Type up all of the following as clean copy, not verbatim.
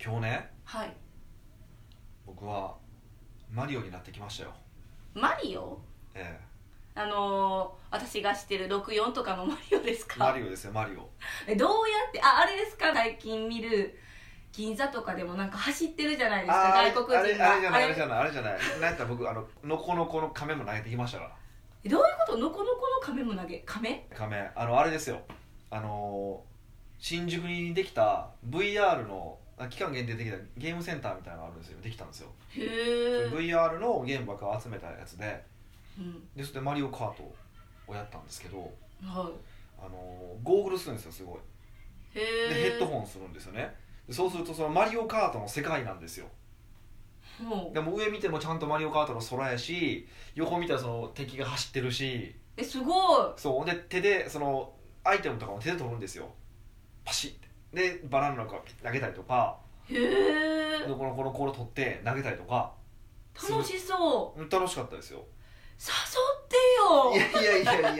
今日ね、 はい。 僕はマリオになってきましたよ。 マリオ？ え私が知ってる64とかのマリオですか？ マリオですよ、マリオ。 どうやって、あれですか？最近見る銀座とかでもなんか走ってるじゃないですか、外国人が。 あれじゃないなんか僕ノコノコの亀も投げてきましたから。 どういうこと？ノコノコの亀も投げ、亀あれですよ、新宿にできた VR の期間限定できたゲームセンターみたいなのがあるんですよ。できたんですよ。 へえ。 VR のゲームばっか集めたやつで、 うん、 でそれでマリオカートをやったんですけど、 はい。 ゴーグルするんですよ、すごい。 へえ。 でヘッドホンするんですよね。でそうするとそのマリオカートの世界なんですよ。でも上見てもちゃんとマリオカートの空やし、横見たらその敵が走ってるし、 すごい。 そうで手でそのアイテムとかも手で取るんですよ、パシッて。でバナナなんか投げたりとか、 へえ。 このコール取って投げたりとか。 楽しそう。 楽しかったですよ。 誘ってよ。 いやなんなんで？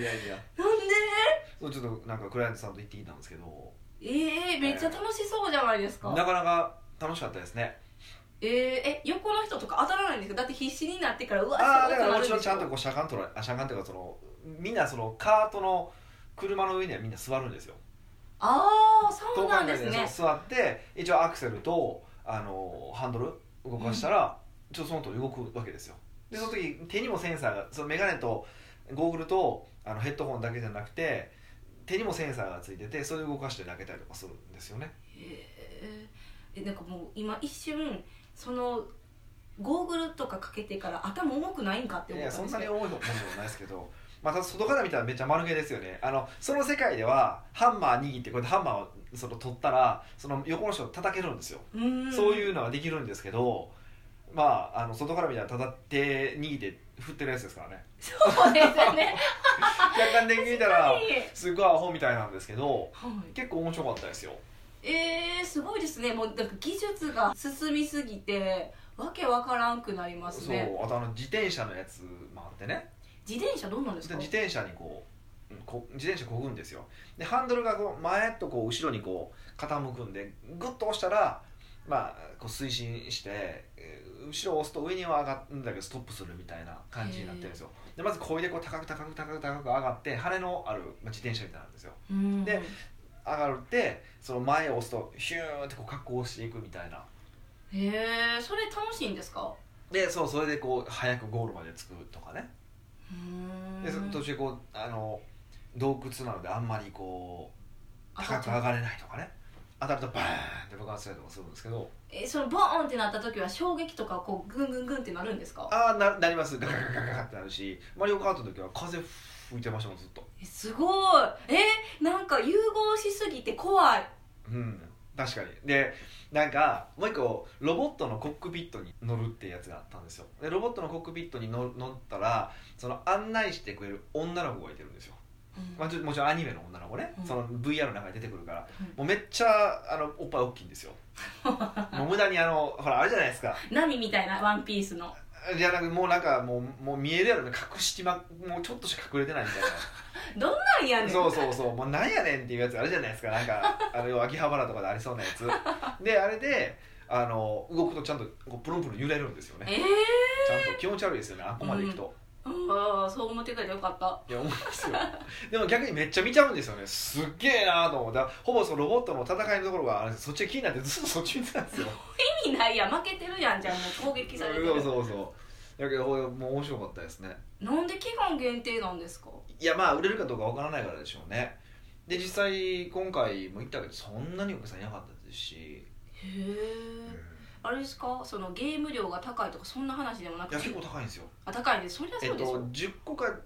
そうちょっとなんかクライアントさんと行ってきたんですけど、 めっちゃ楽しそうじゃないですか。 なかなか楽しかったですね。 横の人とか当たらないんですか？だって必死になってからだからもちろんちゃんとこう車間っていうか、そのみんなそのカートの車の上にはみんな座るんですよ。 そうなんですね。 座って一応アクセルとハンドル動かしたら、ちょっとそのと動くわけですよ。でその時手にもセンサーが、そのメガネとゴーグルとヘッドホンだけじゃなくて手にもセンサーがついてて、それで動かして投げたりとかするんですよね。 なんかもう今一瞬そのゴーグルとかかけてから頭重くないんかって思ったんですけど。 いやそんなに重いものでもないですけどまた外から見たらめっちゃ丸毛ですよね。その世界ではハンマー握ってこうやってハンマーをその取ったらその横の人を叩けるんですよ。そういうのはできるんですけど、外から見たらただ手握って振ってるやつですからね。 そうですよね。 客観的に見たらすごいアホみたいなんですけど、 はい、 結構面白かったですよ。 すごいですね。もうなんか技術が進みすぎてわけわからんくなりますね。 そう、あと自転車のやつもあってね。 自転車どうなんですか？ 自転車に自転車こぐんですよ。でハンドルがこう前とこう後ろにこう傾くんで、グッと押したらこう推進して、後ろを押すと上には上がるんだけどストップするみたいな感じになってるんですよ。でまずこいでこう高く上がって羽のある自転車みたいなんですよ。で上がるってその前を押すとヒューンってこう滑降していくみたいな。 それ楽しいんですか？ でそれでこう早くゴールまで着くとかね。で途中こう洞窟なのであんまりこう高く上がれないとかね。当たるとバーンって爆発したりとかするんですけど、 そのボーンってなった時は衝撃とかこうグングングンってなるんですか？ なります。ガガガガガってなるし、マリオカートの時は風吹いてましたもん、ずっと。 すごい。なんか融合しすぎて怖い。 確かに。でなんかもう一個ロボットのコックピットに乗るっていうやつがあったんですよ。でロボットのコックピットに乗ったらその案内してくれる女の子がいてるんですよ。もちろんアニメの女の子ね、その VR の中に出てくるから、もうめっちゃおっぱい大きいんですよ。もう無駄にほらあれじゃないですか、 ナミみたいなワンピースの。 いやもう見えるやろね、隠しもうちょっとしか隠れてないみたいな。 どんなんやねん。 そうもうなんやねんっていうやつあるじゃないですか。なんか秋葉原とかでありそうなやつで、あれで動くとちゃんとこうプルンプルン揺れるんですよね。ちゃんと気持ち悪いですよね、あっこまで行くと。 そう思ってたらよかった。 いや思いますよ。でも逆にめっちゃ見ちゃうんですよね。すっげえなと思って、ほぼそのロボットの戦いのところがそっちが気になってずっとそっち見てたんですよ。 意味ないやん、負けてるやん。じゃあもう攻撃されてる。 そうだけどもう面白かったですね。 なんで期間限定なんですか？ いや売れるかどうかわからないからでしょうね。で実際今回も行ったけどそんなにお客さんいなかったですし。あれですか、そのゲーム料が高いとかそんな話でもなくて。いや結構高いんですよ。高いです。そりゃそうでしょ。10個か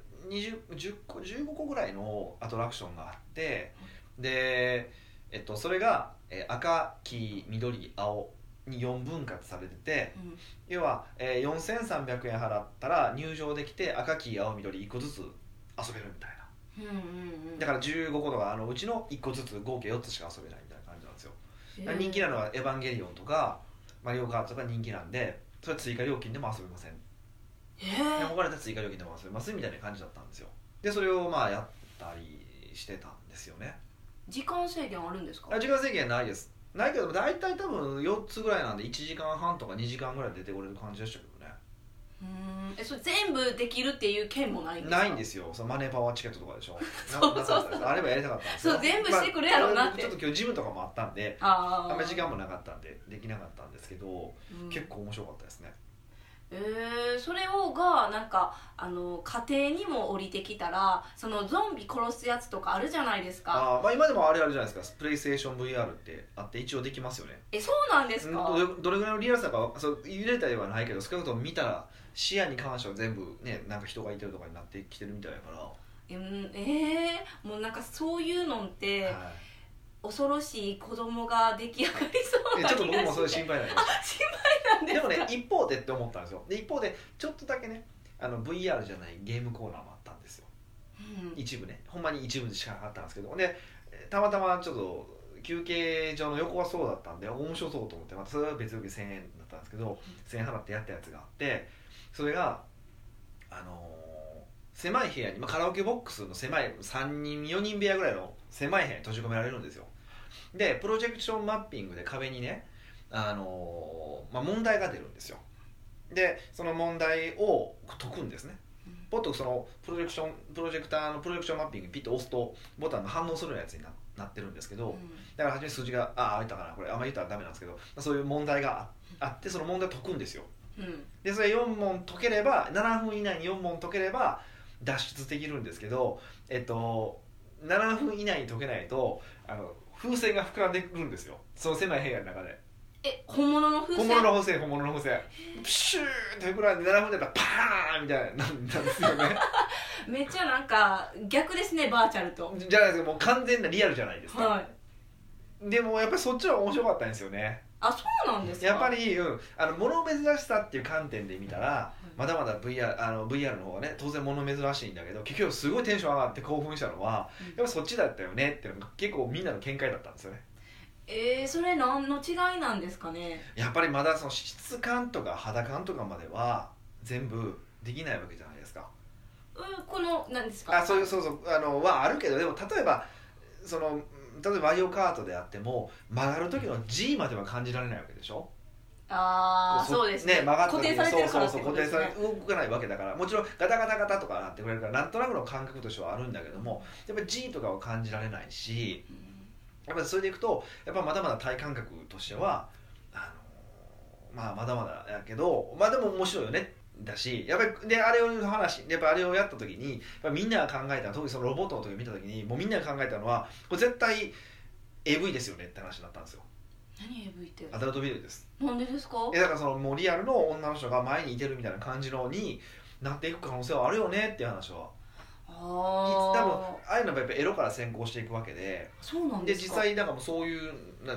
15個ぐらいのアトラクションがあって、でそれが赤黄緑青に4分割されてて、要は4300円払ったら入場できて赤黄青緑1個ずつ遊べるみたいな。だから15個とかうちの1個ずつ合計4つしか遊べないみたいな感じなんですよ。人気なのはエヴァンゲリオンとかマリオカートが人気なんで、それは追加料金でも遊べません。他で追加料金でも遊べますみたいな感じだったんですよ。でそれをやったりしてたんですよね。 時間制限あるんですか？ 時間制限ないです。 ないけど大体多分4つぐらいなんで1時間半とか2時間ぐらい出てこれる感じでしたけどね。 それ全部できるっていう件もないんですか？ ないんですよ。そのマネーパワーチケットとかでしょ。 そうあればやりたかったんですよ。 そう全部してくれやろうなって、 ちょっと今日ジムとかもあったんであんまり時間もなかったんでできなかったんですけど、結構面白かったですね。 それをがなんか家庭にも降りてきたらそのゾンビ殺すやつとかあるじゃないですか。 まあ、今でもあれあるじゃないですか。プレイステーション VR ってあって一応できますよね。 そうなんですか？ どれぐらいのリアルさかそう入れたりはないけど少なくとも見たら視野に関しては全部ねなんか人がいてるとかになってきてるみたいだから。 もうなんかそういうのって、 はい、 恐ろしい子供が出来上がりそうな気がして。 ちょっと僕もそれ心配になりました心配なんですか？ でもね一方でって思ったんですよ。で一方でちょっとだけねVR じゃないゲームコーナーもあったんですよ、一部ねほんまに一部しかなかったんですけどでたまたまちょっと休憩所の横がそうだったんで面白そうと思ってまたそれは別々1000円だったんですけど1000円払ってやったやつがあってそれが狭い部屋に、カラオケボックスの狭い3人4人部屋ぐらいの狭い部屋に閉じ込められるんですよ。でプロジェクションマッピングで壁にね、問題が出るんですよ。でその問題を解くんですね。ポッとそのプロジェクターのプロジェクションマッピングにピッと押すとボタンが反応するようなやつになってるんですけど、だから初め数字が開いたかなこれあんまり言ったらダメなんですけど、そういう問題があってその問題を解くんですよ。でそれ4問解ければ7分以内に4問解ければ脱出できるんですけど、7分以内に解けないと風船が膨らんでくるんですよ、その狭い部屋の中で。 本物の風船？ 本物の風船プシューって膨らんで7分でやったらパーンみたいななんですよねめっちゃなんか逆ですね、バーチャルと。 じゃないですか、もう完全なリアルじゃないですか、 はい、 でもやっぱりそっちは面白かったんですよね。 そうなんですか？ やっぱり、物珍しさっていう観点で見たら、まだまだ VR の方がね当然物珍しいんだけど結局すごいテンション上がって興奮したのは、やっぱそっちだったよねっていうのが結構みんなの見解だったんですよね。 それ何の違いなんですかね？ やっぱりまだその質感とか肌感とかまでは全部できないわけじゃないですか。 この何ですか？ そうはあるけど、でも例えばマリオカートであっても曲がる時の G までは感じられないわけでしょ。 そうですね、 曲がった時に固定されてるからって固ことですね。 定されて動かないわけだから、もちろんガタガタガタとかなってくれるからなんとなくの感覚としてはあるんだけども、やっぱり G とかは感じられないし、やっぱりそれでいくとやっぱまだまだ体感覚としてはまだまだやけど、でも面白いよねだし、やっぱりであれをやった時にやっぱみんなが考えた、特にそのロボットの時を見た時にもうみんなが考えたのはこれ絶対 AV ですよねって話になったんですよ。 何 AV って？ アダルトビデオです。 なんでですか？ だからもうリアルの女の人が前にいてるみたいな感じのになっていく可能性はあるよねっていう話は。多分ああいうのはやっぱエロから先行していくわけで、 そうなんですか？ 実際もうそういう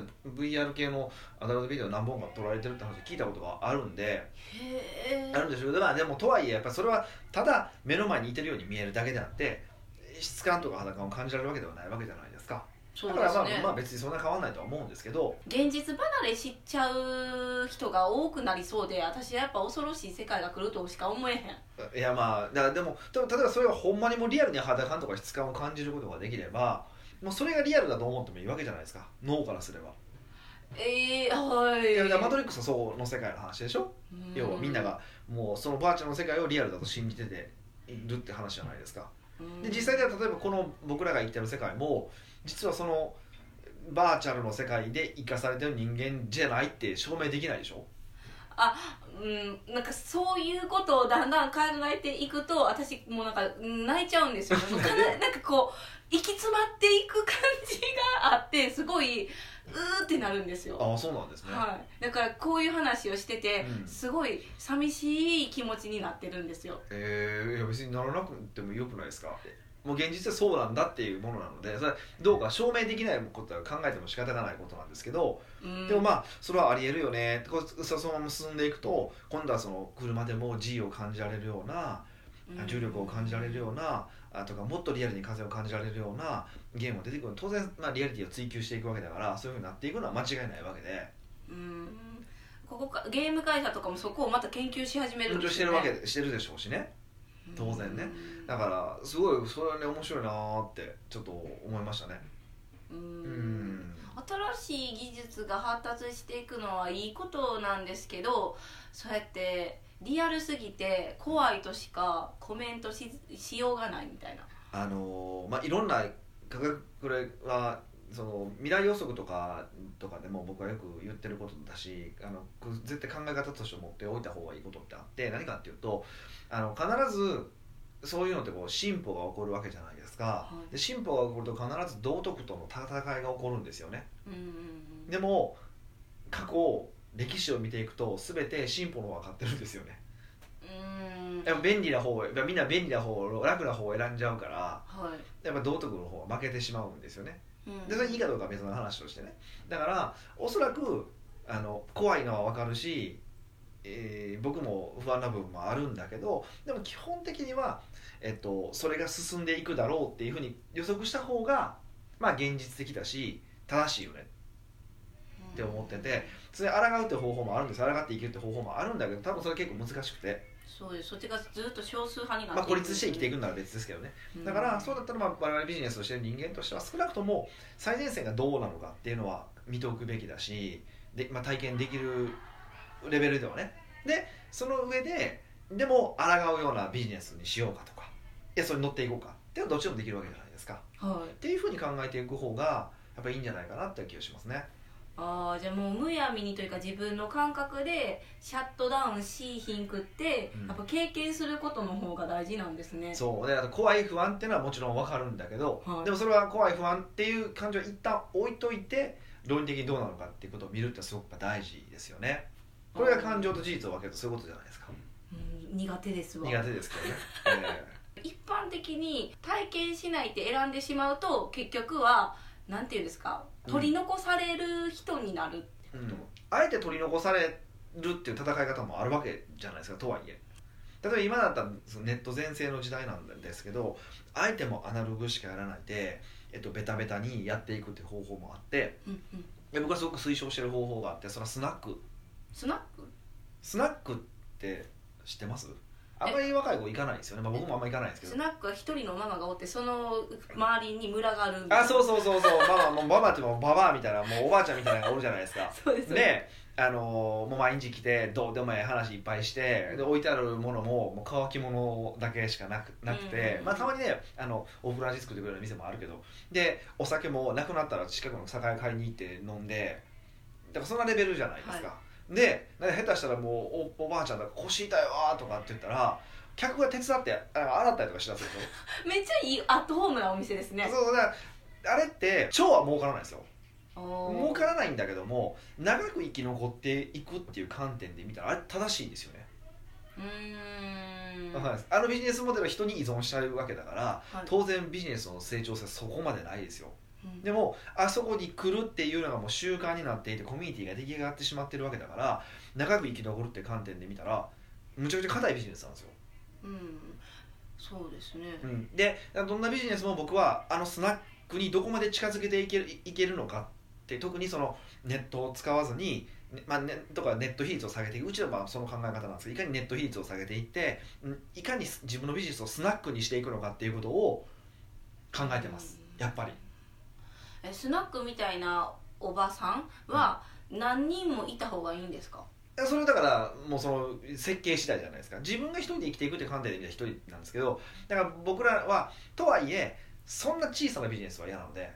VR 系のアダルトビデオ何本か撮られてるって話聞いたことがあるんで、あるんでしょうけど、でもとはいえやっぱそれはただ目の前にいてるように見えるだけであって質感とか肌感を感じられるわけではないわけじゃないですか。だから別にそんな変わらないとは思うんですけど、 現実離れしちゃう人が多くなりそうで、私はやっぱ恐ろしい世界が来るとしか思えへん。 いやだからでも例えばそれがほんまにもうリアルに肌感とか質感を感じることができればもうそれがリアルだと思ってもいいわけじゃないですか、脳からすれば。 はい。 いやマトリックスはその世界の話でしょ。要はみんながもうそのバーチャルの世界をリアルだと信じてているって話じゃないですか。で実際では例えばこの僕らが生きてる世界も実はそのバーチャルの世界で生かされてる人間じゃないって証明できないでしょ。 なんかそういうことをだんだん考えていくと私もうなんか泣いちゃうんですよなんかこう行き詰まっていく感じがあってすごいうーってなるんですよ。 そうなんですね。 はい、だからこういう話をしてて、すごい寂しい気持ちになってるんですよ。 いや別にならなくてもよくないですか。もう現実はそうなんだっていうものなので、それどうか証明できないことは考えても仕方がないことなんですけど、でもそれはありえるよね。そのまま進んでいくと今度はその車でも G を感じられるような重力を感じられるようなとかもっとリアルに風を感じられるようなゲームも出てくる。当然リアリティを追求していくわけだからそういうふうになっていくのは間違いないわけで、 ゲーム会社とかもそこをまた研究し始めるんですよね。 してるでしょうしね、当然ね。だからすごいそれはね面白いなーってちょっと思いましたね。 新しい技術が発達していくのはいいことなんですけど、そうやってリアルすぎて怖いとしかコメント しようがないみたいな。 いろんな科学、これはその未来予測とかでも僕はよく言ってることだし、絶対考え方として持っておいた方がいいことってあって、何かっていうと必ずそういうのってこう進歩が起こるわけじゃないですか、 はい、 で進歩が起こると必ず道徳との戦いが起こるんですよね、 うんうんうん、 でも過去歴史を見ていくと全て進歩の方が勝ってるんですよね。やっぱ便利な方、みんな便利な方、楽な方を選んじゃうから、 はい、 やっぱ道徳の方が負けてしまうんですよね、 うん、 でそれいいかどうかは別の話としてね。だからおそらく怖いのは分かるし、僕も不安な部分もあるんだけど、でも基本的には、それが進んでいくだろうっていうふうに予測した方がまあ現実的だし正しいよねって思ってて、それ抗うって方法もあるんです。抗っていけるって方法もあるんだけど、多分それ結構難しくて、 そうです。そっちがずっと少数派になっていく、 孤立して生きていくなら別ですけどね、だからそうだったら我々ビジネスをしている人間としては少なくとも最前線がどうなのかっていうのは見ておくべきだし、で、体験できるレベルではね。でその上ででも抗うようなビジネスにしようかとか、いやそれに乗っていこうかっていうのはどっちでもできるわけじゃないですか、 はい、 っていうふうに考えていく方がやっぱりいいんじゃないかなっていう気がしますね。 じゃあもうむやみにというか自分の感覚でシャットダウンしひんくって、やっぱ経験することの方が大事なんですね。 そうで、あと怖い不安っていうのはもちろん分かるんだけど、 はい、 でもそれは怖い不安っていう感情を一旦置いといて論理的にどうなのかっていうことを見るってすごく大事ですよね。これが感情と事実を分けるとそういうことじゃないですか。 苦手ですわ。 苦手ですけどね、 一般的に体験しないって選んでしまうと結局はなんていうんですか、取り残される人になるってこと、 あえて取り残されるっていう戦い方もあるわけじゃないですか。とはいえ例えば今だったらネット全盛の時代なんですけど、あえてもアナログしかやらないで、ベタベタにやっていくっていう方法もあって、僕はすごく推奨してる方法があって、それはスナックって知ってます？あんまり若い子行かないですよね、僕もあんまり行かないですけど、 スナックは一人のママがおってその周りに群がるそうママってもうババアみたいな、もうおばあちゃんみたいなのがおるじゃないですかそうですでもう毎日来てどうでもいい話いっぱいして、で置いてあるものも乾き物だけしかなくて、たまにねお風呂味作ってくれる店もあるけど、でお酒もなくなったら近くの酒屋買いに行って飲んで、だからそんなレベルじゃないですか、はい、で下手したらもう おばあちゃんが腰痛いわとかって言ったら客が手伝って洗ったりとかしだすでしょ。 めっちゃいいアットホームなお店ですね。 そうだ、あれって超は儲からないですよ。儲からないんだけども長く生き残っていくっていう観点で見たらあれ正しいんですよね。ビジネスモデルは人に依存しちゃうわけだから、はい、当然ビジネスの成長性はそこまでないですよ、でもあそこに来るっていうのがもう習慣になっていてコミュニティが出来上がってしまってるわけだから、長く生き残るっていう観点で見たらむちゃくちゃ硬いビジネスなんですよ。 そうですね、 でどんなビジネスも僕はスナックにどこまで近づけていけるのかって、特にそのネットを使わずに、ネット比率を下げていく、うちはその考え方なんですけど、いかにネット比率を下げていっていかに自分のビジネスをスナックにしていくのかっていうことを考えてます、やっぱり。 スナックみたいなおばさんは何人もいた方がいいんですか？ それだからもうその設計次第じゃないですか。自分が一人で生きていくっていう観点で見たら一人なんですけど、だから僕らはとはいえそんな小さなビジネスは嫌なので、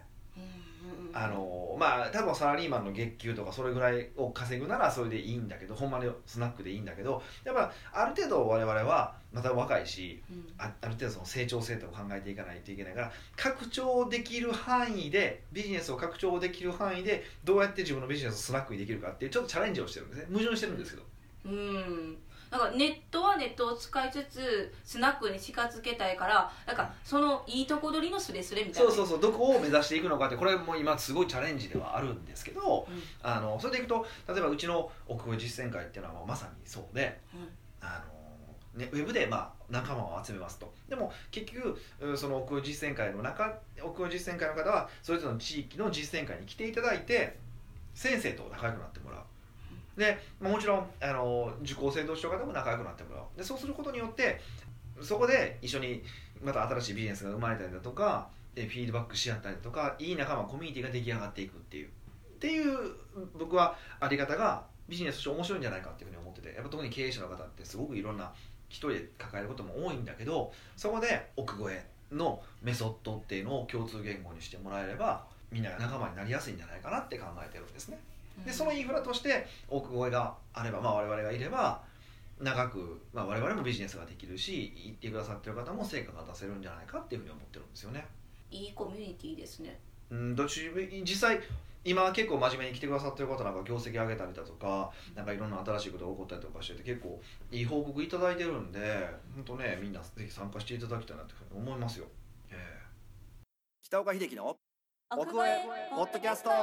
多分サラリーマンの月給とかそれぐらいを稼ぐならそれでいいんだけど、ほんまにスナックでいいんだけど、やっぱある程度我々はまた若いし、ある程度その成長性とか考えていかないといけないから、拡張できる範囲でビジネスを拡張できる範囲でどうやって自分のビジネスをスナックにできるかっていうちょっとチャレンジをしてるんですね。矛盾してるんですけど、 なんかネットはネットを使いつつスナックに近づけたいから、なんかそのいいとこ取りのスレスレみたいな、 そうどこを目指していくのかって、これも今すごいチャレンジではあるんですけど、それでいくと例えばうちの奥越実践会っていうのはまさにそうで、ウェブで仲間を集めますと。でも結局その奥越実践会の方はそれぞれの地域の実践会に来ていただいて先生と仲良くなってもらう。でもちろん受講生同士とかでも仲良くなってもらう。でそうすることによってそこで一緒にまた新しいビジネスが生まれたりだとか、フィードバックし合ったりだとか、いい仲間コミュニティが出来上がっていくっていう。 っていう僕はあり方がビジネスとして面白いんじゃないかっていうふうに思ってて、やっぱ特に経営者の方ってすごくいろんな一人で抱えることも多いんだけど、そこで奥越えのメソッドっていうのを共通言語にしてもらえればみんなが仲間になりやすいんじゃないかなって考えてるんですね。でそのインフラとして奥越えがあれば、我々がいれば長く、我々もビジネスができるし、行ってくださってる方も成果が出せるんじゃないかっていうふうに思ってるんですよね。 いいコミュニティですね。 実際今結構真面目に来てくださってる方なんか業績上げたりだとか、なんかいろんな新しいことが起こったりとかしてて結構いい報告いただいてるんで、本当ねみんなぜひ参加していただきたいなというふうに思いますよ。 北岡秀樹の奥越えポッドキャスト。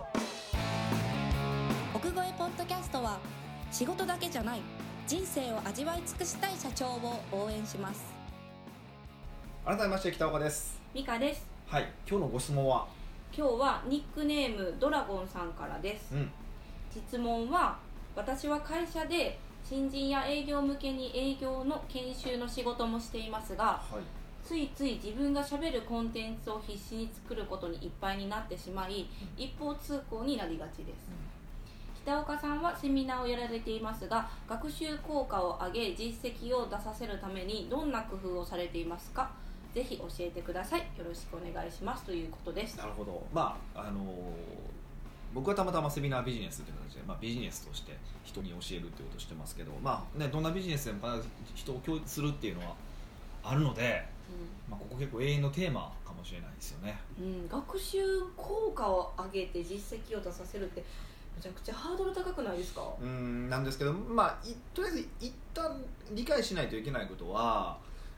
奥越えポッドキャストは仕事だけじゃない人生を味わい尽くしたい社長を応援します。 改めまして北岡です。 ミカです。 はい、今日のご質問は今日はニックネームドラゴンさんからです、質問は、私は会社で新人や営業向けに営業の研修の仕事もしていますが、ついつい自分がしゃべるコンテンツを必死に作ることにいっぱいになってしまい、一方通行になりがちです、北岡さんはセミナーをやられていますが、学習効果を上げ実績を出させるためにどんな工夫をされていますか？ぜひ教えてください。よろしくお願いしますということです。 なるほど。僕はたまたまセミナービジネスという形で、ビジネスとして人に教えるっていうことをしてますけど、どんなビジネスでも必ず人を教育するっていうのはあるので、ここ結構永遠のテーマかもしれないですよね。 学習効果を上げて実績を出させるってめちゃくちゃハードル高くないですか？ なんですけど、とりあえず一旦理解しないといけないことは、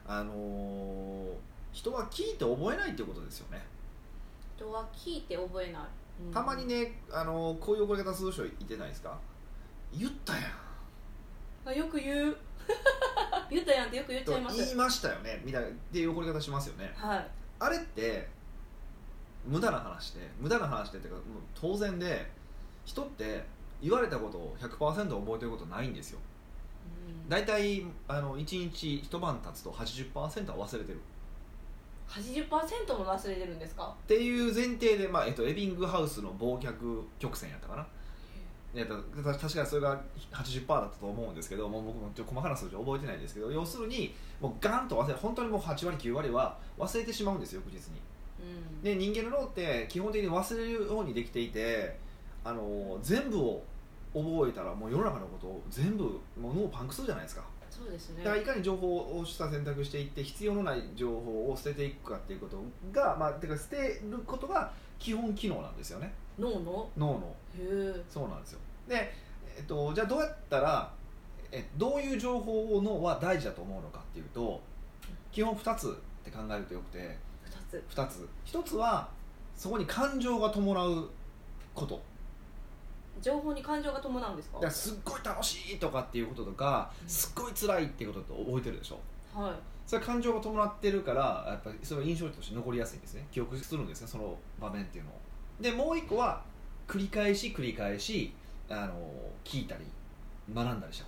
人は聞いて覚えないっていうことですよね。 人は聞いて覚えない、 たまにね、こういう怒り方する人いてないですか？言ったやん、 よく言う言ったやんってよく言っちゃいます。 言いましたよねみたいなっていう怒り方しますよね。あれって無駄な話でっていうか、もう当然で、人って言われたことを 100% 覚えてることないんですよ。だいたい1日一晩経つと 80% は忘れてる。 80% も忘れてるんですか？ っていう前提で、エビングハウスの忘却曲線やったかな。確かにそれが 80% だったと思うんですけど、もう僕もちょっと細かな数字覚えてないんですけど、要するにもうガンと忘れ、本当にもう8割9割は忘れてしまうんですよ、翌日に。で人間の脳って基本的に忘れるようにできていて、全部を覚えたらもう世の中のことを全部もう脳パンクするじゃないですか。 そうですね。 だからいかに情報を選択していって必要のない情報を捨てていくかっていうことが、てか捨てることが基本機能なんですよね。脳のそうなんですよ。で、じゃあどうやったらどういう情報を脳は大事だと思うのかっていうと、基本2つって考えるとよくて、2つ1つはそこに感情が伴うこと。 情報に感情が伴うんですか？ だからすっごい楽しいとかっていうこととか、すっごい辛いっていうことって覚えてるでしょ。それは感情が伴ってるから、やっぱりそれは印象として残りやすいんですね。記憶するんですね、その場面っていうのを。でもう一個は繰り返し聞いたり学んだりしたこと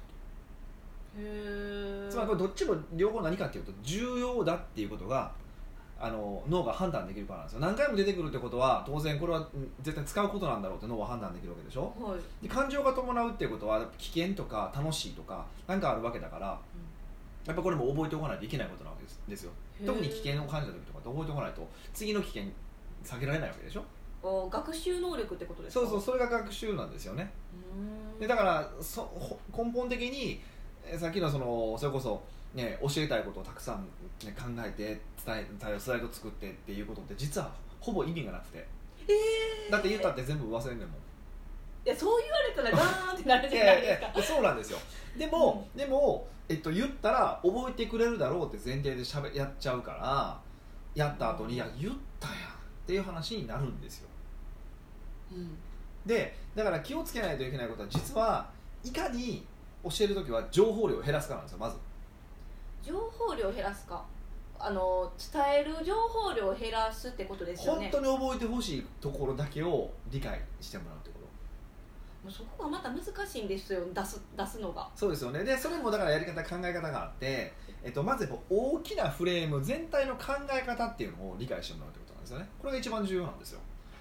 。つまりこれどっちも両方何かっていうと重要だっていうことが脳が判断できるからなんですよ。何回も出てくるってことは当然これは絶対使うことなんだろうって脳は判断できるわけでしょ。で感情が伴うっていうことは危険とか楽しいとか何かあるわけだから、やっぱこれも覚えておかないといけないことなわけですよ。特に危険を感じた時とかって覚えておかないと次の危険避けられないわけでしょ。 学習能力ってことですか？ そう、それが学習なんですよね。でだから根本的にさっきのそれこそね、教えたいことをたくさん、考えて伝えスライド作ってっていうことって実はほぼ意味がなくて、だって言ったって全部忘れんねんもん。 いや、そう言われたらガーンってなるじゃないですか。 そうなんですよ。でも、言ったら覚えてくれるだろうって前提でやっちゃうから、やった後にいや言ったやんっていう話になるんですよ。でだから気をつけないといけないことは、実はいかに教えるときは情報量を減らすかなんですよ。まず情報量を減らすか、伝える情報量を減らすってことですよね。 本当に覚えてほしいところだけを理解してもらうってこと。 もうそこがまた難しいんですよ、出すのが。 そうですよね。でそれもだからやり方考え方があって、まずやっぱ大きなフレーム全体の考え方っていうのを理解してもらうってことなんですよね。これが一番重要なんですよ。 全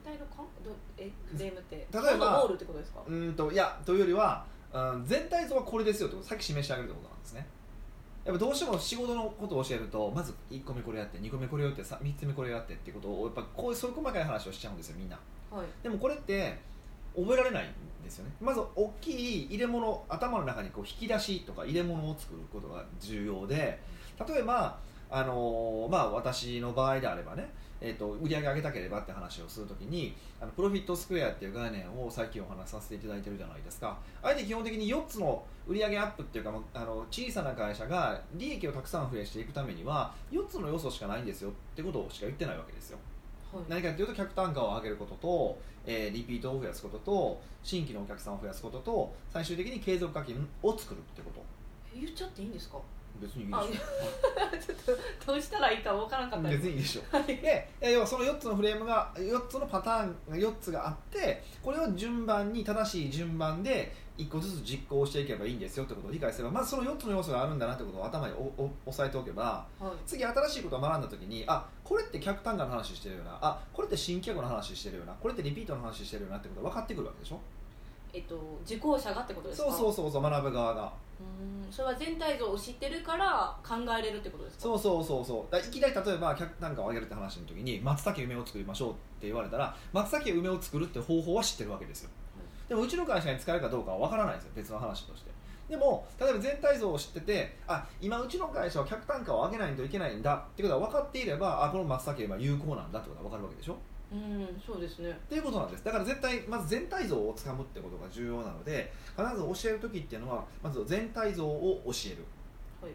体のフレームって例えばゴールってことですか？ いやというよりは、全体像はこれですよってことさっき示してあげるってことなんですね。やっぱどうしても仕事のことを教えるとまず1個目これやって2個目これやって3つ目これやってっていうことをやっぱこういうそういう細かい話をしちゃうんですよみんな。 はい、 でもこれって覚えられないんですよね。まず大きい入れ物、頭の中にこう引き出しとか入れ物を作ることが重要で、例えば私の場合であればね、売り上げ上げたければって話をするときにプロフィットスクエアっていう概念を最近お話しさせていただいてるじゃないですか。あれで基本的に4つの売上アップっていうか小さな会社が利益をたくさん増やしていくためには4つの要素しかないんですよってことしか言ってないわけですよ。はい、何かというと客単価を上げることと、リピートを増やすことと新規のお客さんを増やすことと最終的に継続課金を作るってこと。 言っちゃっていいんですか？ 別にいいでしょちょっとどうしたらいいか分からなかったです。 別にいいでしょで要はその4つのフレームが4つのパターンが4つがあってこれを順番に正しい順番で1個ずつ実行していけばいいんですよってことを理解すればまずその4つの要素があるんだなってことを頭に押さえておけば、はい、次新しいことを学んだ時にこれって客単価の話してるようなこれって新規客の話してるようなこれってリピートの話してるようなってことが分かってくるわけでしょ。 受講者がってことですか？ そう学ぶ側がそれは全体像を知ってるから考えれるってことですか？ そうだいきなり例えば客単価を上げるって話の時に松茸梅を作りましょうって言われたら松茸梅を作るって方法は知ってるわけですよ、でもうちの会社に使えるかどうかは分からないですよ別の話として。でも例えば全体像を知ってて今うちの会社は客単価を上げないといけないんだってことが分かっていればこの松茸梅は有効なんだってことが分かるわけでしょ。 そうですねっていうことなんです。だから絶対まず全体像をつかむってことが重要なので必ず教える時っていうのはまず全体像を教える、はい、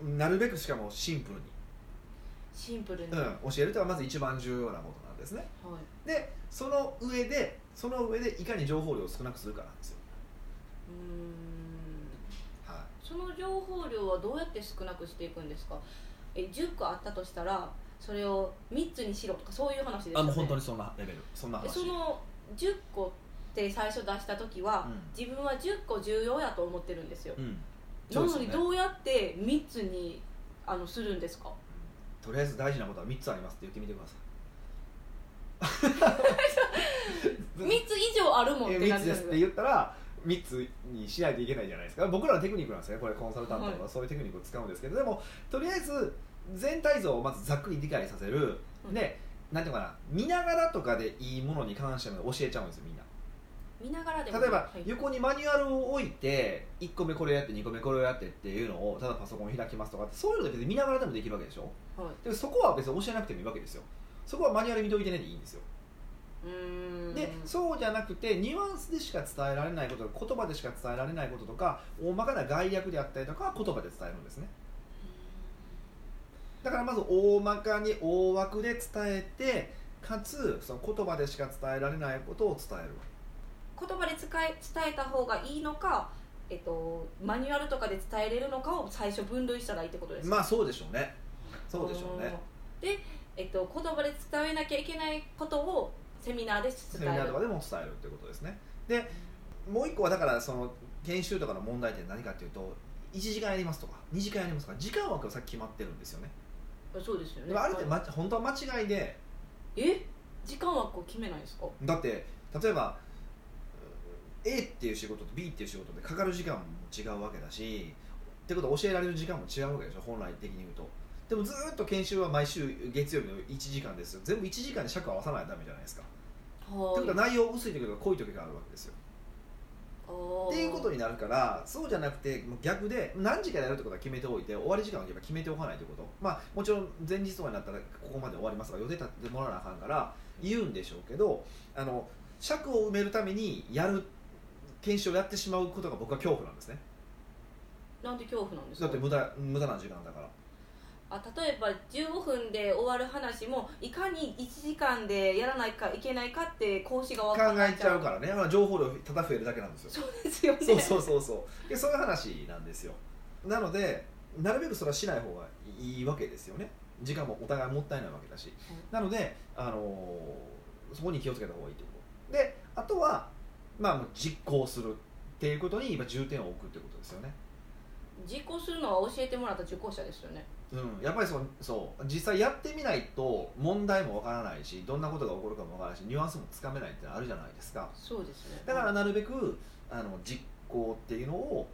なるべくしかもシンプルに教えるというのはまず一番重要なことなんですね、はい、でその上でいかに情報量を少なくするかなんですよ。 はい、その情報量はどうやって少なくしていくんですか？10個あったとしたらそれを3つにしろとかそういう話ですよね。 もう本当にそんなレベルそんな話。 その10個って最初出した時は、自分は10個重要やと思ってるんですよ、なのにどうやって3つにするんですか？ とりあえず大事なことは3つありますって言ってみてください 3つ以上あるもんって 3つですって言ったら3つにしないといけないじゃないですか。僕らのテクニックなんですねこれコンサルタントはそういうテクニックを使うんですけど、でもとりあえず全体像をまずざっくり理解させる、でなんていうかな見ながらとかでいいものに関しても教えちゃうんですよみんな。 見ながらでも例えば、横にマニュアルを置いて1個目これやって2個目これをやってっていうのをただパソコンを開きますとかそういうので別に見ながらでもできるわけでしょ、でそこは別に教えなくてもいいわけですよ。そこはマニュアル見といてねでいいんですよ。でそうじゃなくてニュアンスでしか伝えられないこととか言葉でしか伝えられないこととか大まかな概略であったりとか言葉で伝えるんですね。だからまず大まかに大枠で伝えてかつその言葉でしか伝えられないことを伝える。 言葉で伝えた方がいいのか、マニュアルとかで伝えれるのかを最初分類したらいいってことですか？ まあそうでしょうね。そうでしょうね。 で、言葉で伝えなきゃいけないことをセミナーで伝える。 セミナーとかでも伝えるってことですね。でもう一個はだからその研修とかの問題点何かっていうと1時間やりますとか2時間やりますとか時間枠がさっき決まってるんですよね。 そうですよね。 でもあれって、本当は間違いで時間枠を決めないですか？ だって例えばA っていう仕事と B っていう仕事でかかる時間も違うわけだしってことは教えられる時間も違うわけでしょ本来的に言うと。でもずっと研修は毎週月曜日の1時間ですよ。全部1時間に尺合わさないとダメじゃないですか。ってことは内容薄い時とか濃い時があるわけですよ。っていうことになるからそうじゃなくて逆で何時からやるってことは決めておいて終わり時間を決めておかないということ。まあもちろん前日とかになったらここまで終わりますとか予定立ててもらわなあかんから言うんでしょうけど尺を埋めるためにやる研修をやってしまうことが僕は恐怖なんですね。 なんで恐怖なんですか？ だって無駄な時間だから。 例えば15分で終わる話もいかに1時間でやらないかいけないかって講師が分考えちゃうからね、情報量ただ増えるだけなんですよ。 そうですよね。 そういう話なんですよ。なのでなるべくそれはしない方がいいわけですよね。時間もお互いもったいないわけだし、なので、そこに気をつけた方がいいということで、あとは、実行するっていうことに今重点を置くってことですよね。 実行するのは教えてもらった受講者ですよね。 やっぱりそう実際やってみないと問題もわからないし、どんなことが起こるかもわからないし、ニュアンスもつかめないってあるじゃないですか。 そうですね。 だからなるべく実行っていうのを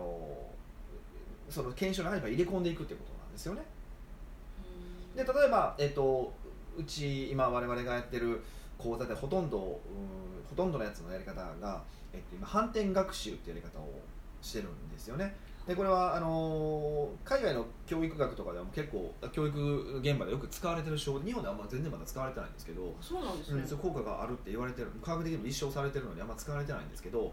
その研修の中に入れ込んでいくっていうことなんですよね。で例えば、うち今我々がやってる講座でほとんどのやつのやり方が、今反転学習っていうやり方をしてるんですよね。でこれは海外の教育学とかでは結構教育現場でよく使われてる手法で、日本では全然まだ使われてないんですけど、 そうなんですね。 効果があるって言われてる、科学的にも立証されてるのにあんま使われてないんですけど、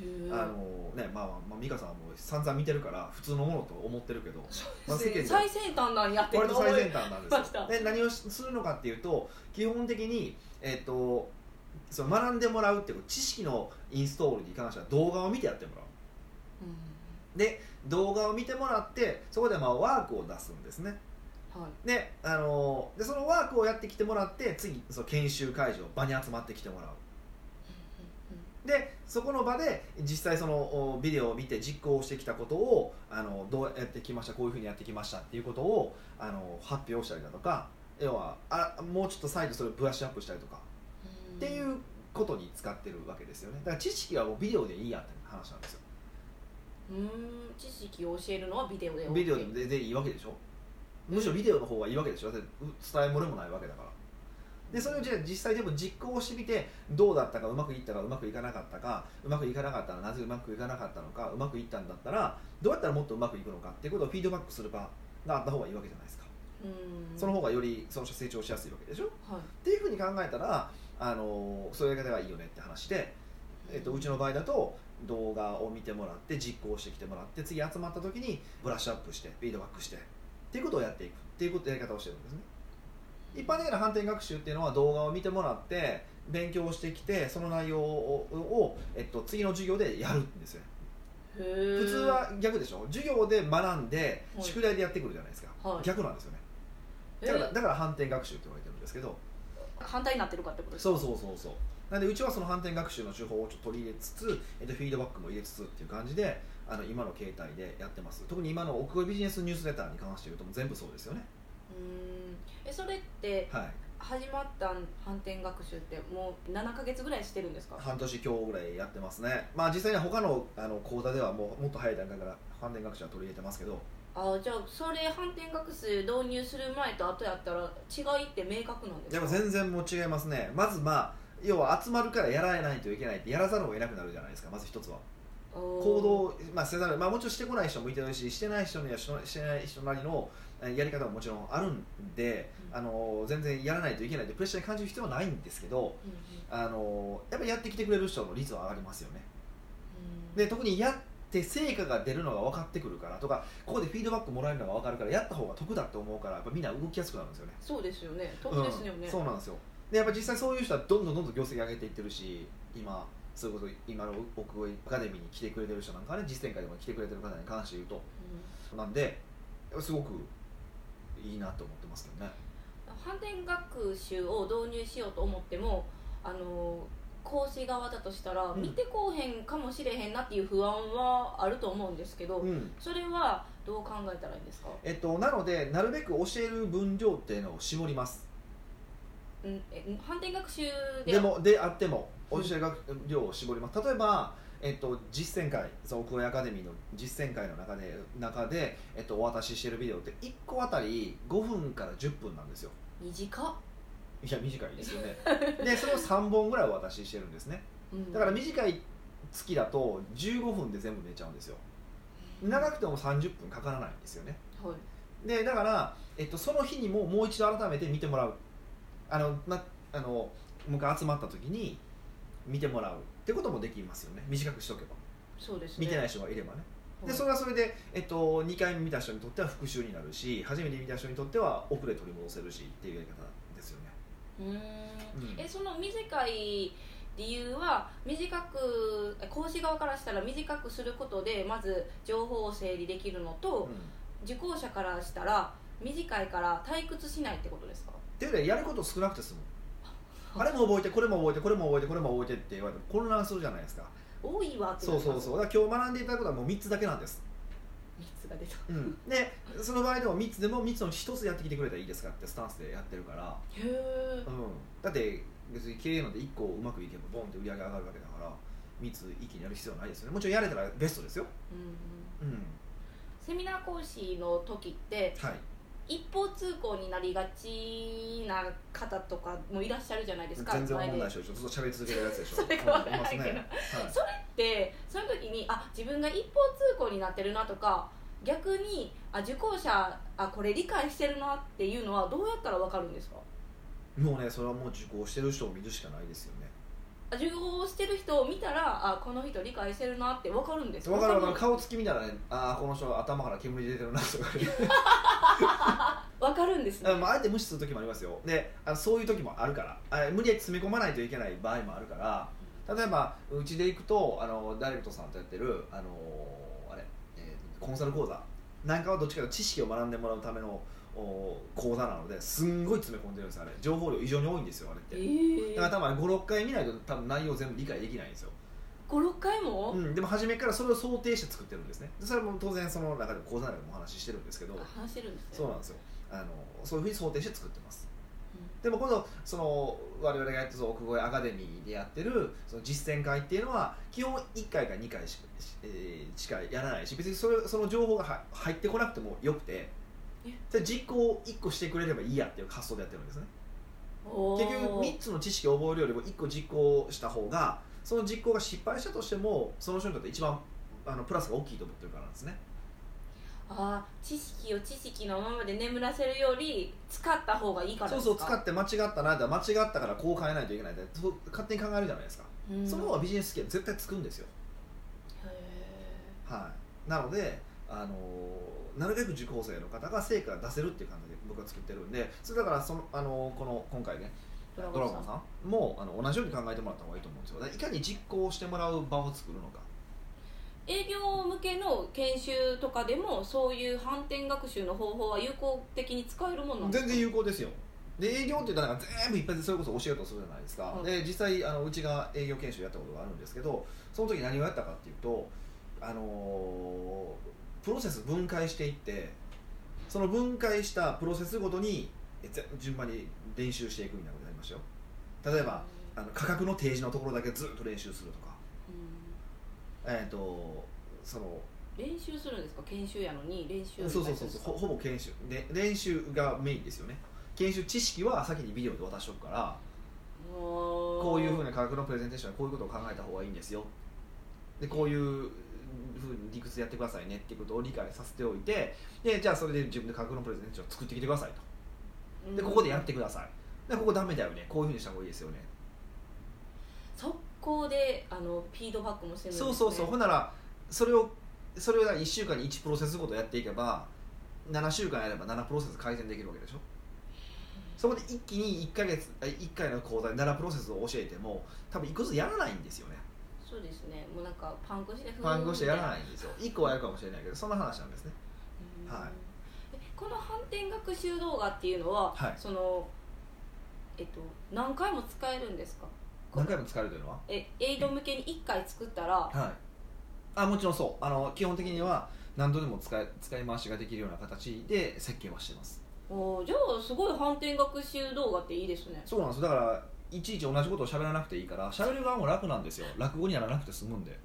美香さんはもう散々見てるから普通のものと思ってるけど、 世間最先端なんやってる割と最先端なんですよ。で何をするのかっていうと、基本的にその学んでもらうっていう知識のインストールに関しては動画を見てやってもらう。で動画を見てもらって、そこでワークを出すんですね。でそのワークをやってきてもらって、次その研修会場場に集まってきてもらう。でそこの場で実際そのビデオを見て実行してきたことをどうやってきました、こういうふうにやってきましたっていうことを発表したりだとか、要はもうちょっと再度それをブラッシュアップしたりとかっていうことに使ってるわけですよね。だから知識はもうビデオでいいやって話なんですよ。 知識を教えるのはビデオで OK。 ビデオでいいわけでしょ。むしろビデオの方がいいわけでしょ。だって伝え漏れもないわけだから。でそれをじゃあ実際でも実行してみて、どうだったか、うまくいったかうまくいかなかったか、うまくいかなかったらなぜうまくいかなかったのか、うまくいったんだったらどうやったらもっとうまくいくのかっていうことをフィードバックする場があった方がいいわけじゃないですか。その方がよりその人成長しやすいわけでしょ、っていうふうに考えたらそういうやり方がいいよねって話で、うちの場合だと動画を見てもらって実行してきてもらって、次集まった時にブラッシュアップしてフィードバックしてっていうことをやっていくっていうことやり方をしてるんですね。一般的な反転学習っていうのは動画を見てもらって勉強してきて、その内容を、次の授業でやるんですよ。普通は逆でしょ。授業で学んで宿題でやってくるじゃないですか、逆なんですよね。だから反転学習って言われてるんですけど、 反対になってるかってことですか。 そうなんでうちはその反転学習の手法をちょっと取り入れつつ、フィードバックも入れつつっていう感じで今の形態でやってます。特に今の奥越ビジネスニュースレターに関して言うともう全部そうですよね。 それって始まった反転学習ってもう7ヶ月ぐらいしてるんですか。 半年強ぐらいやってますね。実際には他の講座ではもっと早い段階から反転学習は取り入れてますけど。 じゃあそれ反転学習導入する前と後やったら違いって明確なんですか。 でも全然もう違いますね。まず要は集まるからやらないといけないってやらざるを得なくなるじゃないですか。まず一つは行動、せざる、もちろんしてこない人もいてるし、してない人にはしてない人なりのやり方ももちろんあるんで、全然やらないといけないってプレッシャーに感じる必要はないんですけど、やっぱりやってきてくれる人の率は上がりますよね。で特にやって成果が出るのが分かってくるからとか、ここでフィードバックもらえるのが分かるからやった方が得だって思うから、やっぱみんな動きやすくなるんですよね。 そうですよね、得ですよね、 そうなんですよ。でやっぱ実際そういう人はどんどん業績上げていってるし、そういうこと今の奥越アカデミーに来てくれてる人なんかね、実践会でも来てくれてる方に関して言うと、なんですごくいいなと思ってますけどね。 反転学習を導入しようと思っても講師側だとしたら、見てこうへんかもしれへんなっていう不安はあると思うんですけど、それはどう考えたらいいんですか。 なのでなるべく教える分量っていうのを絞ります。 反転学習であっても教える量を絞ります。例えば、実践会、その奥越アカデミーの実践会の中で、お渡ししているビデオって1個あたり5分から10分なんですよ。 短っ。 いや短いですよね。でそれを3本ぐらいお渡ししてるんですね。だから短い月だと15分で全部寝ちゃうんですよ。長くても30分かからないんですよね。でだから、その日にもう一度改めて見てもらう。もう一回集まった時に見てもらうってこともできますよね。短くしておけば。 そうですね。 見てない人がいればね。でそれはそれで、2回目見た人にとっては復習になるし、初めて見た人にとっては遅れ取り戻せるしっていうやり方ですよね。 その短い理由は講師側からしたら短くすることでまず情報を整理できるのと、受講者からしたら短いから退屈しないってことですか。 っていうよりやること少なくて済む。あれも覚えてこれも覚えてこれも覚えてこれも覚えてって言われて混乱するじゃないですか。 多いわって。 そうだから今日学んでいただくことはもう3つだけなんです。 3 つが出た。 でその場合でも3つでも3つの1つやってきてくれたらいいですかってスタンスでやってるから、 へえ、 だって別に経営なんて1個うまくいけばボンって売り上げ上がるわけだから3つ一気にやる必要はないですよね。もちろんやれたらベストですよ。 セミナー講師の時って、はい、一方通行になりがちな方とかもいらっしゃるじゃないですか。 全然思わないでしょ。ずっと喋り続けるやつでしょ。 それかわからないけど、それってその時に自分が一方通行になってるなとか、逆に受講者これ理解してるなっていうのはどうやったら分かるんですか？ もうね、それはもう受講してる人を見るしかないですよね。 受講してる人を見たらこの人理解してるなって分かるんですか？ 分かる。顔つき見たらね、この人頭から煙出てるなとか分かるんですね。 あえて無視する時もありますよ。でそういう時もあるから無理やり詰め込まないといけない場合もあるから、例えばうちで行くとダイレクトさんとやってるコンサル講座なんかはどっちかというと知識を学んでもらうための講座なのですんごい詰め込んでるんですよ。情報量異常に多いんですよ、あれって。だから多分 5,6 回見ないと多分内容全部理解できないんですよ。 5,6 回も？ でも初めからそれを想定して作ってるんですね。でそれも当然その中でも講座内でもお話ししてるんですけど、 話してるんですね。 そうなんですよ。そういうふうに想定して作ってます。でも今度その我々がやってる奥越アカデミーでやってるその実践会っていうのは基本1回か2回しかやらないし、別にその情報が入ってこなくてもよくて、実行を1個してくれればいいやっていう発想でやってるんですね。結局3つの知識を覚えるよりも1個実行した方が、その実行が失敗したとしてもその人にとって一番プラスが大きいと思ってるからなんですね。 知識を知識のままで眠らせるより使った方がいいからですか？ そう使って間違ったな、間違ったからこう変えないといけないって勝手に考えるじゃないですか。その方がビジネススキル絶対つくんですよ。なのでなるべく受講生の方が成果が出せるっていう感じで僕は作ってるんで、それだから今回ねドラゴンさんも同じように考えてもらった方がいいと思うんですよ。いかに実行してもらう場を作るのか。 営業向けの研修とかでもそういう反転学習の方法は有効的に使えるものなんですか？全然有効ですよ。で営業って言ったら全部いっぱいでそれこそ教えようとするじゃないですか。で実際うちが営業研修やったことがあるんですけど、その時何をやったかっていうとプロセス分解していって、その分解したプロセスごとに順番に練習していくみたいなことやりましたよ。例えば価格の提示のところだけずっと練習するとか、その練習するんですか？研修やのに練習。 そうほぼ研修で練習がメインですよね。研修知識は先にビデオで渡しとくから、こういうふうな価格のプレゼンテーションはこういうことを考えた方がいいんですよ、でこういうふうに理屈でやってくださいねっていうことを理解させておいて、でじゃあそれで自分で価格のプレゼンテーションを作ってきてくださいと。でここでやってください。でここダメだよね、こういうふうにした方がいいですよね。 速攻でフィードバックもしてるんですね。 そうほんならそれを1週間に1プロセスごとやっていけば7週間やれば7プロセス改善できるわけでしょ。そこで一気に1回の講座で7プロセスを教えても多分1個ずつやらないんですよね。 そうですね。もうなんかパンクしてやらないんですよ。1個はやるかもしれないけどそんな話なんですね。 この反転学習動画っていうのは、何回も使えるんですか？ 何回も使えるというのはエイド向けに1回作ったら、 もちろんそう、基本的には何度でも使い回しができるような形で設計はしてます。 じゃあすごい反転学習動画っていいですね。 そうなんです。だからいちいち同じことを喋らなくていいから喋る側も楽なんですよ。落語にならなくて済むんで。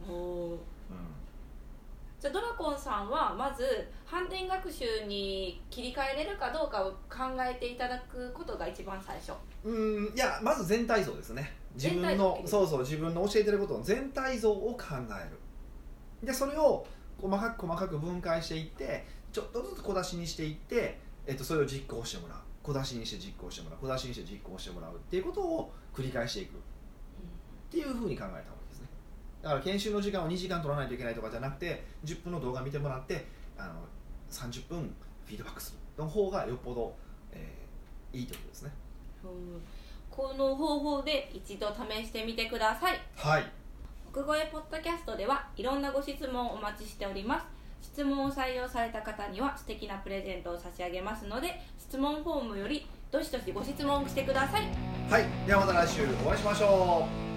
じゃあドラコンさんはまず反転学習に切り替えれるかどうかを考えていただくことが一番最初。 いやまず全体像ですね。自分の教えてることの全体像を考える。でそれを細かく分解していってちょっとずつ小出しにしていって、それを実行してもらう、小出しにして実行してもらう、小出しにして実行してもらうっていうことを繰り返していくっていうふうに考えた方がいいですね。だから研修の時間を2時間取らないといけないとかじゃなくて10分の動画見てもらって30分フィードバックするの方がよっぽど、いいということですね。 この方法で一度試してみてください。奥越ポッドキャストではいろんなご質問をお待ちしております。質問を採用された方には素敵なプレゼントを差し上げますので、質問フォームよりどしどしご質問してください。 ではまた来週お会いしましょう。